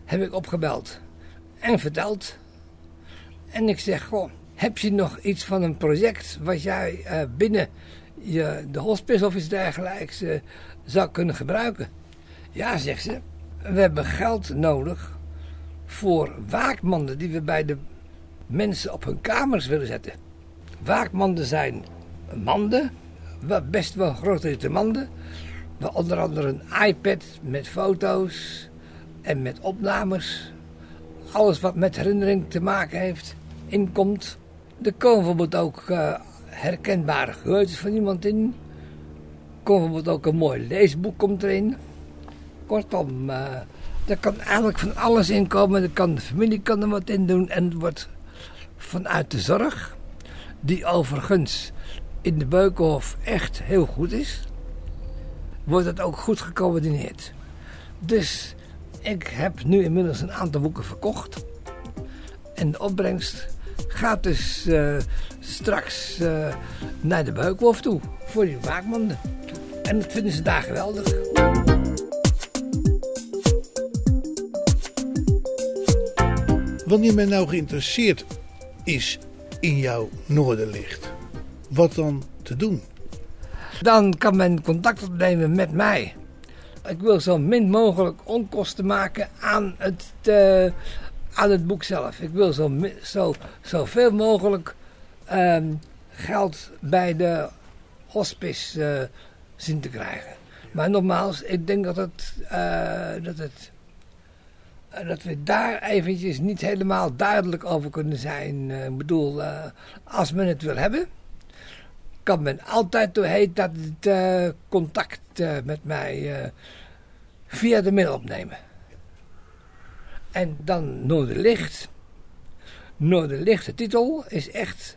heb ik opgebeld en verteld. En ik zeg, goh, heb je nog iets van een project wat jij uh, binnen je, de hospice of iets dergelijks uh, zou kunnen gebruiken? Ja, zegt ze, we hebben geld nodig voor waakmanden die we bij de mensen op hun kamers willen zetten. Waakmanden zijn manden, best wel grote manden, waar onder andere een iPad met foto's en met opnames, alles wat met herinnering te maken heeft, inkomt. Er komen bijvoorbeeld ook uh, herkenbare geurtjes van iemand in. Er komt bijvoorbeeld ook een mooi leesboek komt erin. Kortom, uh, er kan eigenlijk van alles in komen. Er kan, de familie kan er wat in doen. En het wordt vanuit de zorg, die overigens in de Beukenhof echt heel goed is, wordt het ook goed gecoördineerd. Dus ik heb nu inmiddels een aantal boeken verkocht. En de opbrengst gaat dus uh, straks uh, naar de Beukenhof toe. Voor die waakmanden. En dat vinden ze daar geweldig. Wanneer men nou geïnteresseerd is in jouw Noorderlicht, wat dan te doen? Dan kan men contact opnemen met mij. Ik wil zo min mogelijk onkosten maken aan het, uh, aan het boek zelf. Ik wil zo, zo, zoveel mogelijk uh, geld bij de hospice uh, zien te krijgen. Maar nogmaals, ik denk dat, het, uh, dat, het, uh, dat we daar eventjes niet helemaal duidelijk over kunnen zijn. Uh, ik bedoel, uh, als men het wil hebben, kan men altijd door heet dat het uh, contact uh, met mij uh, via de mail opnemen. En dan Noorderlicht. Noorderlicht, de titel, is echt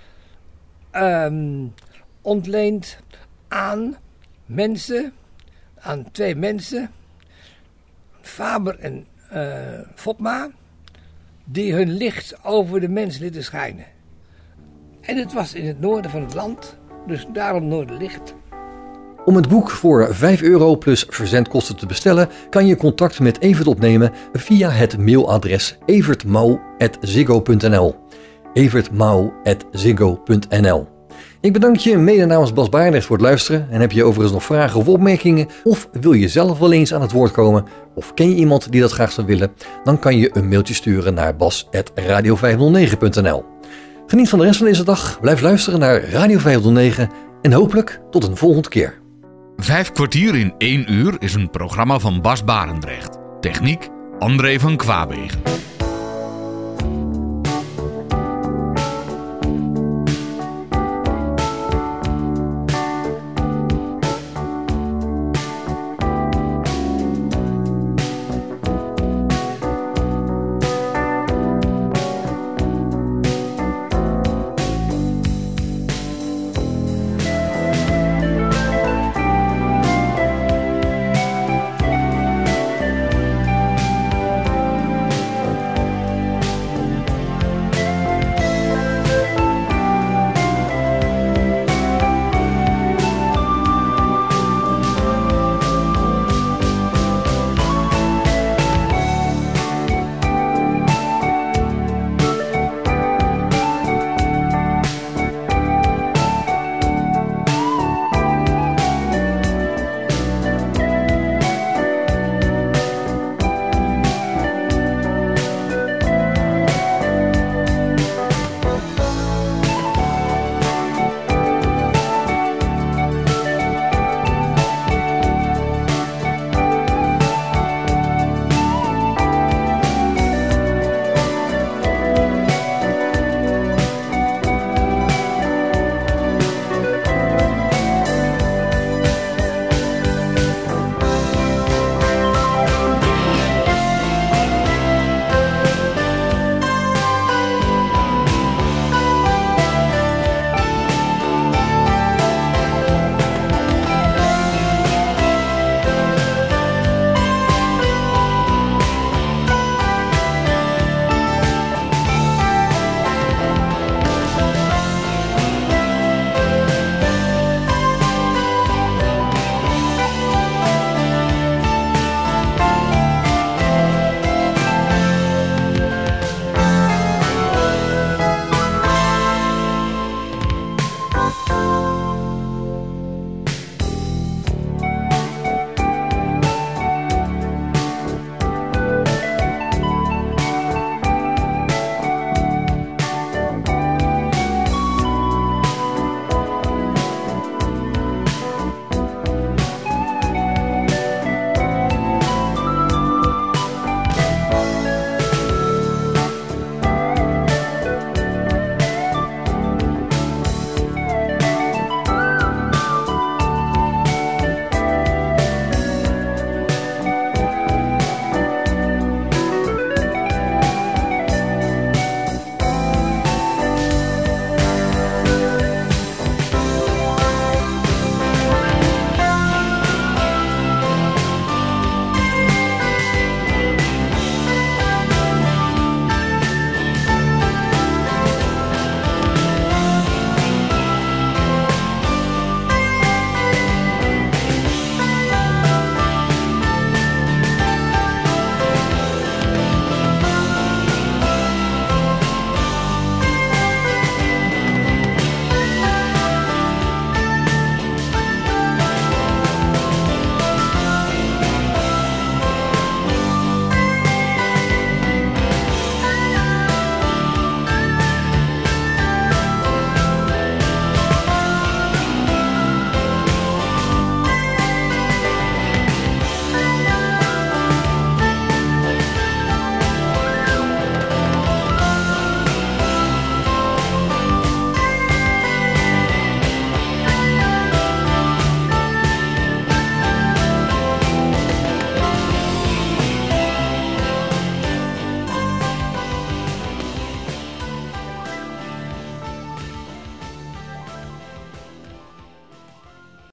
um, ontleend aan mensen, aan twee mensen, Faber en uh, Fopma, die hun licht over de mens lieten schijnen. En het was in het noorden van het land, dus daarom Noorderlicht. Om het boek voor vijf euro plus verzendkosten te bestellen, kan je contact met Evert opnemen via het mailadres evertmauw at ziggo punt n l. evertmauw at ziggo punt n l. Ik bedank je mede namens Bas Barendrecht voor het luisteren. En heb je overigens nog vragen of opmerkingen, of wil je zelf wel eens aan het woord komen, of ken je iemand die dat graag zou willen, dan kan je een mailtje sturen naar bas at radio vijfhonderdnegen punt n l. Geniet van de rest van deze dag, blijf luisteren naar Radio vijfhonderdnegen en hopelijk tot een volgende keer. Vijf kwartier in één uur is een programma van Bas Barendrecht. Techniek André van Kwaabegen.